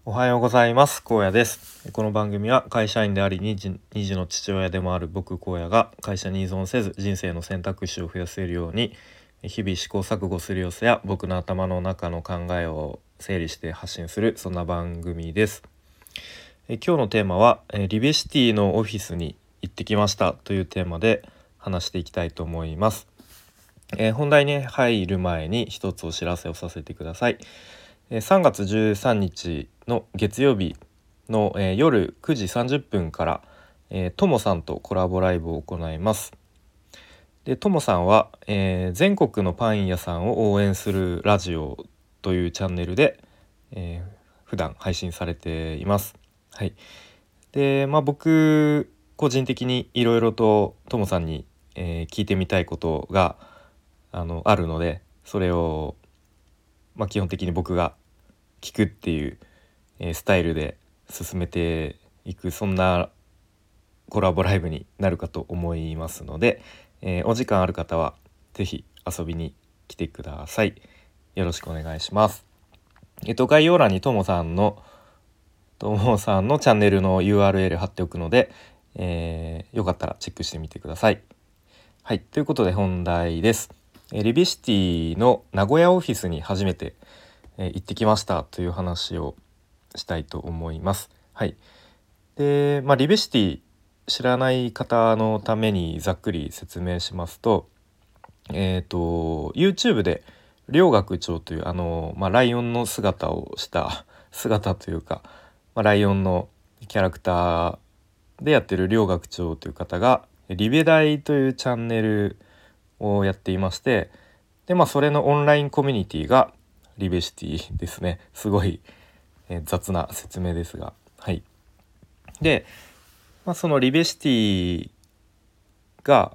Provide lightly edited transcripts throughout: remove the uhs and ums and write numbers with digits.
おはようございます。荒野です。この番組は会社員であり2児の父親でもある僕荒野が会社に依存せず人生の選択肢を増やせるように日々試行錯誤する様子や僕の頭の中の考えを整理して発信するそんな番組です。今日のテーマはリベシティのオフィスに行ってきましたというテーマで話していきたいと思います。本題に入る前に一つお知らせをさせてください。3月13日の月曜日の、夜9時30分から、ともさんとコラボライブを行います。でともさんは、全国のパン屋さんを応援するラジオというチャンネルで、普段配信されています。はい。で、僕個人的にいろいろとともさんに、聞いてみたいことがあるので、それを基本的に僕が聞くっていう、スタイルで進めていくそんなコラボライブになるかと思いますので、お時間ある方はぜひ遊びに来てください。よろしくお願いします。概要欄にともさんのチャンネルの URL 貼っておくので、よかったらチェックしてみてください。はい、ということで本題です。リビシティの名古屋オフィスに初めて行ってきましたという話をしたいと思います。はい。で、リベシティ知らない方のためにざっくり説明しますと、YouTube で両学長というライオンの姿をした姿というか、ライオンのキャラクターでやってる両学長という方がリベダイというチャンネルをやっていまして、でそれのオンラインコミュニティがリベシティですね。すごい、雑な説明ですが、はい。で、そのリベシティが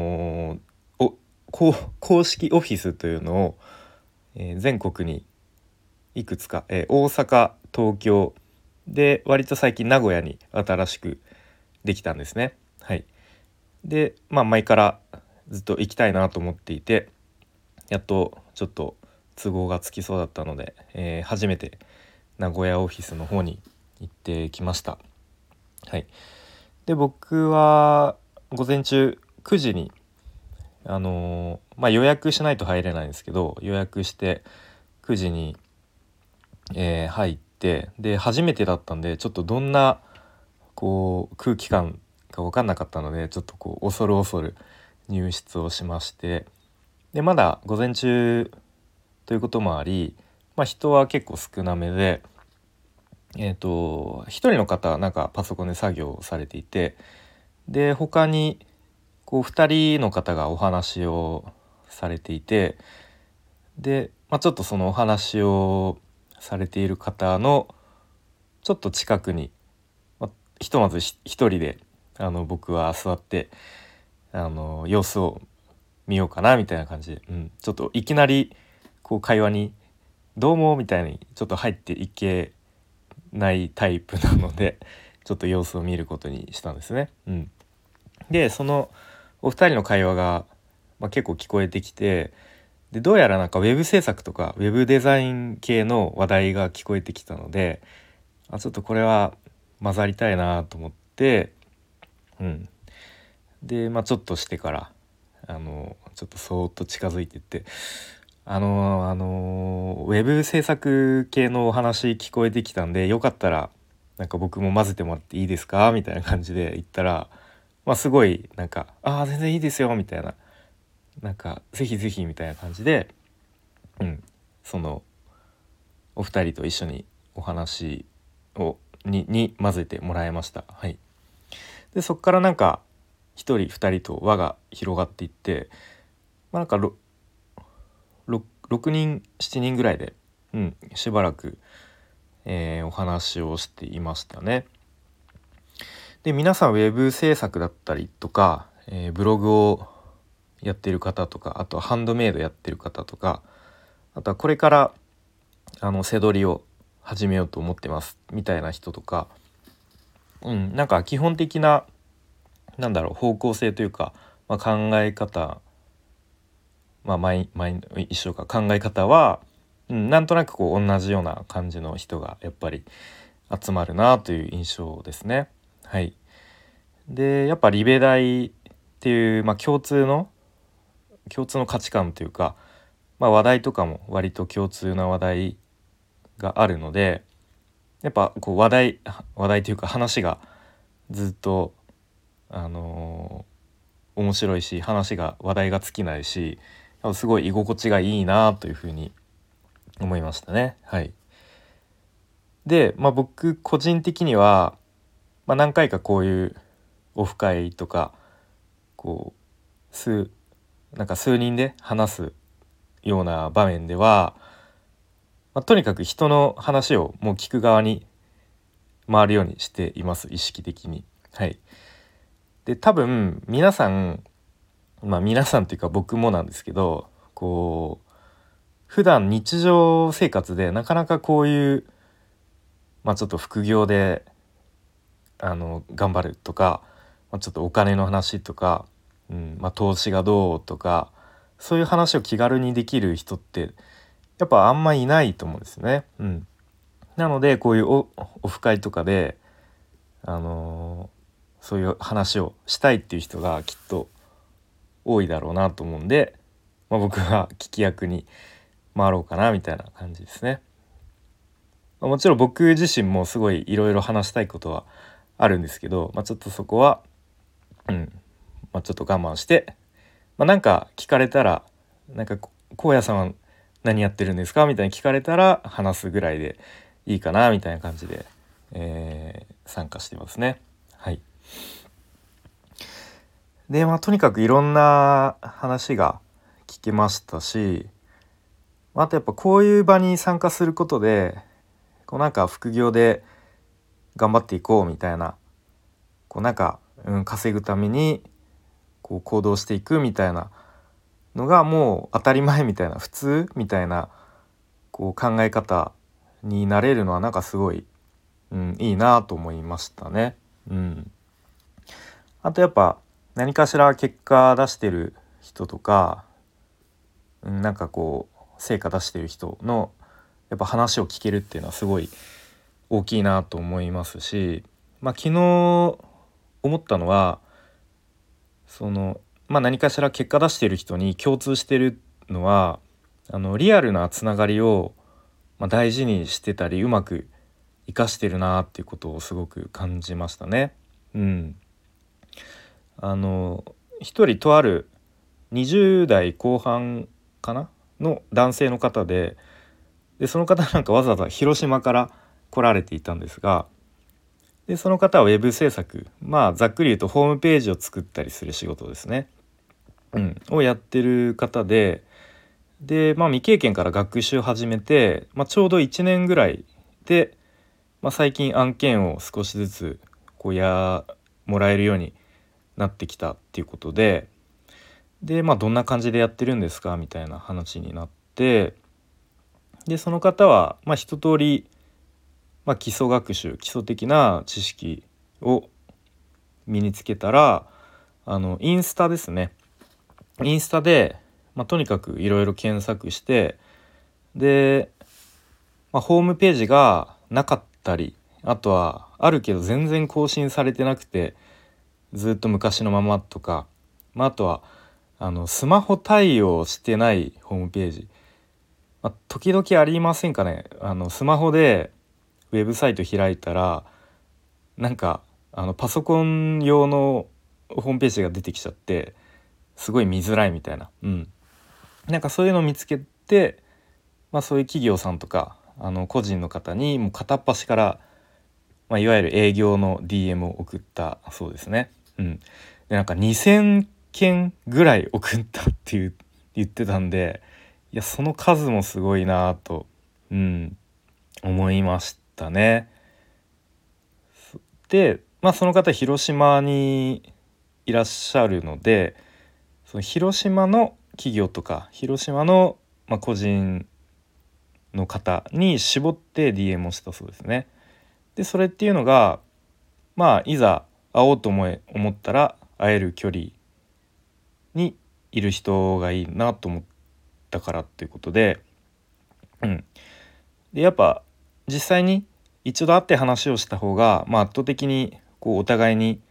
公式オフィスというのを、全国にいくつか、大阪、東京で割と最近名古屋に新しくできたんですね。はい。で、前からずっと行きたいなと思っていて、やっとちょっと都合がつきそうだったので、初めて名古屋オフィスの方に行ってきました。はい。で、僕は午前中9時に予約しないと入れないんですけど、予約して9時に、入って、で初めてだったんでちょっとどんな空気感か分かんなかったので、ちょっと恐る恐る入室をしまして、でまだ午前中ということもあり、人は結構少なめで、一人の方はなんかパソコンで作業をされていて、で他に二人の方がお話をされていて、で、ちょっとそのお話をされている方のちょっと近くに、ひとまず一人で僕は座って様子を見ようかなみたいな感じで、ちょっといきなり会話にどうもみたいにちょっと入っていけないタイプなので、ちょっと様子を見ることにしたんですね。でそのお二人の会話が、結構聞こえてきて、でどうやらなんかウェブ制作とかウェブデザイン系の話題が聞こえてきたので、ちょっとこれは混ざりたいなと思って、でちょっとしてからちょっとそーっと近づいていって、ウェブ制作系のお話聞こえてきたんで、よかったらなんか僕も混ぜてもらっていいですかみたいな感じで言ったら、すごいなんか全然いいですよみたいな、なんかぜひぜひみたいな感じで、そのお二人と一緒にお話をに混ぜてもらいました。はい。でそこからなんか一人二人と輪が広がっていって、なんか6人7人ぐらいで、しばらく、お話をしていましたね。で皆さんウェブ制作だったりとか、ブログをやっている方とか、あとはハンドメイドやってる方とか、あとはこれから背取りを始めようと思ってますみたいな人とか、なんか基本的な方向性というか、考え方、一緒か考え方はなんとなくこう同じような感じの人がやっぱり集まるなという印象ですね。はい。でやっぱリベ大っていう、共通の価値観というか、話題とかも割と共通な話題があるので、やっぱこう話題というか話がずっと面白いし、話題が尽きないし、すごい居心地がいいなというふうに思いましたね。はい。で、僕個人的には、何回かこういうオフ会とかこう数人で話すような場面では、とにかく人の話をもう聞く側に回るようにしています、意識的に。はい。で多分皆さんっていうか僕もなんですけど、こう普段日常生活でなかなかこういう、ちょっと副業で頑張るとか、ちょっとお金の話とか、投資がどうとか、そういう話を気軽にできる人ってやっぱあんまいないと思うんですよね。なのでこういうオフ会とかで、そういう話をしたいっていう人がきっと多いだろうなと思うんで、僕は聞き役に回ろうかなみたいな感じですね。もちろん僕自身もすごいいろいろ話したいことはあるんですけど、ちょっとそこは、ちょっと我慢して、なんか聞かれたら、なんか荒野さんは何やってるんですかみたいに聞かれたら話すぐらいでいいかなみたいな感じで、参加してますね。はい。でとにかくいろんな話が聞けましたし、あとやっぱこういう場に参加することで、こうなんか副業で頑張っていこうみたいな、こうなんか、稼ぐためにこう行動していくみたいなのがもう当たり前みたいな、普通みたいなこう考え方になれるのはなんかすごい、いいなと思いましたね。あとやっぱ何かしら結果出してる人とか、なんかこう成果出してる人のやっぱ話を聞けるっていうのはすごい大きいなと思いますし、昨日思ったのは何かしら結果出してる人に共通してるのは、リアルなつながりを、大事にしてたりうまく生かしてるなっていうことをすごく感じましたね。一人とある20代後半かなの男性の方でその方なんかわざわざ広島から来られていたんですが、でその方はウェブ制作、ざっくり言うとホームページを作ったりする仕事ですね、をやってる方で、未経験から学習を始めて、ちょうど1年ぐらいで、最近案件を少しずつもらえるようになってきたっていうことで、どんな感じでやってるんですかみたいな話になって、でその方は、一通り、基礎的な知識を身につけたら、インスタですね。インスタで、とにかくいろいろ検索して、で、ホームページがなかったり、あとはあるけど全然更新されてなくてずっと昔のままとか、あとはスマホ対応してないホームページ、時々ありませんかね。スマホでウェブサイト開いたらなんかパソコン用のホームページが出てきちゃってすごい見づらいみたいな、なんかそういうのを見つけて、そういう企業さんとか個人の方にもう片っ端から、いわゆる営業の DM を送ったそうですね。でなんか2000件ぐらい送ったって言ってたんで、いやその数もすごいなと、思いましたね。で、その方広島にいらっしゃるので、その広島の企業とか広島の、個人の方に絞って DM をしたそうですね。でそれっていうのがいざ会おうと思ったら会える距離にいる人がいいなと思ったからっていうことで、 うん、でやっぱ実際に一度会って話をした方が、圧倒的にこうお互いに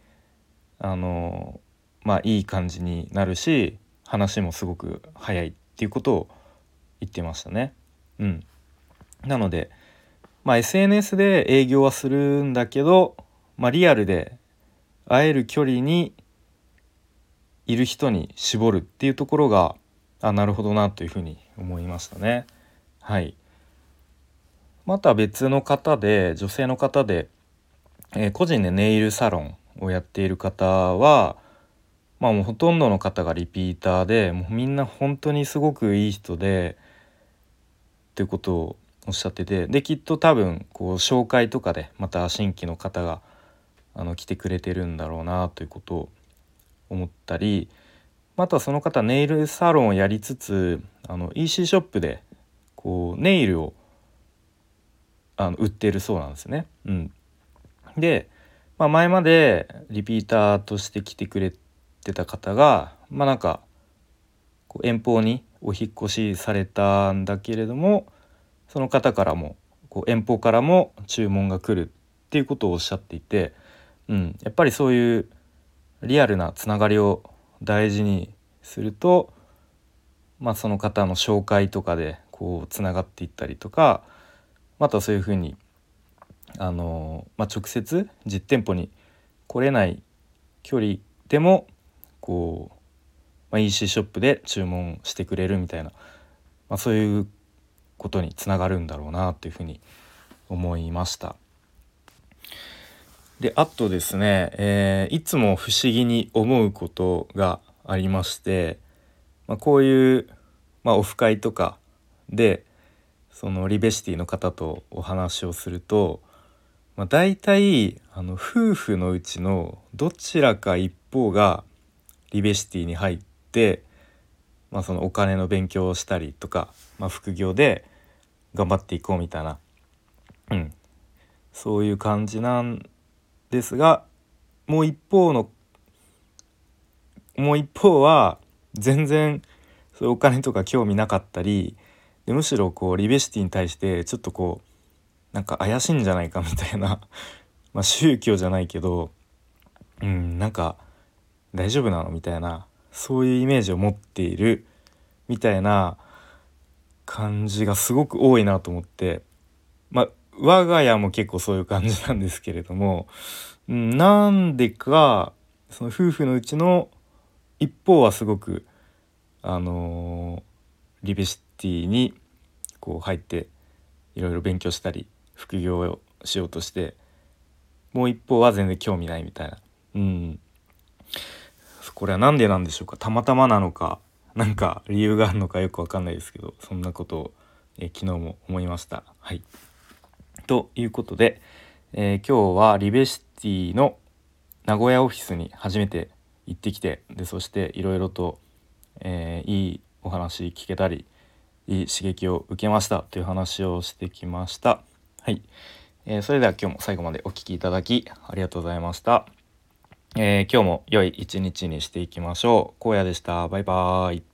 いい感じになるし、話もすごく早いっていうことを言ってましたね。うん、なので、SNS で営業はするんだけど、リアルで会える距離にいる人に絞るっていうところがなるほどなというふうに思いましたね。はい。また別の方で女性の方で、個人でネイルサロンをやっている方は、もうほとんどの方がリピーターで、もうみんな本当にすごくいい人でっていうことをおっしゃってて、できっと多分こう紹介とかでまた新規の方が来てくれてるんだろうなということを思ったり、またその方ネイルサロンをやりつつEC ショップでこうネイルを売っているそうなんですね。で、前までリピーターとして来てくれてた方がなんかこう遠方にお引っ越しされたんだけれども、その方からもこう遠方からも注文が来るっていうことをおっしゃっていて、やっぱりそういうリアルなつながりを大事にすると、その方の紹介とかでこうつながっていったりとか、またそういうふうに直接実店舗に来れない距離でもこう、EC ショップで注文してくれるみたいな、そういうことにつながるんだろうなというふうに思いました。であとですね、いつも不思議に思うことがありまして、こういう、オフ会とかでそのリベシティの方とお話をすると、大体夫婦のうちのどちらか一方がリベシティに入って、そのお金の勉強をしたりとか、副業で頑張っていこうみたいな、そういう感じなんですが、もう一方は全然そういうお金とか興味なかったりで、むしろこうリベシティに対してちょっとこうなんか怪しいんじゃないかみたいな宗教じゃないけど、なんか大丈夫なのみたいな、そういうイメージを持っているみたいな感じがすごく多いなと思って、我が家も結構そういう感じなんですけれども、なんでかその夫婦のうちの一方はすごくリベシティにこう入っていろいろ勉強したり副業をしようとして、もう一方は全然興味ないみたいな、これはなんでなんでしょうか。たまたまなのかなんか理由があるのかよくわかんないですけど、そんなことを、昨日も思いました。はい。ということで、今日はリベシティの名古屋オフィスに初めて行ってきて、でそしていろいろと、いいお話聞けたりいい刺激を受けましたという話をしてきました。はい、それでは今日も最後までお聞きいただきありがとうございました。今日も良い一日にしていきましょう。荒野でした。バイバーイ。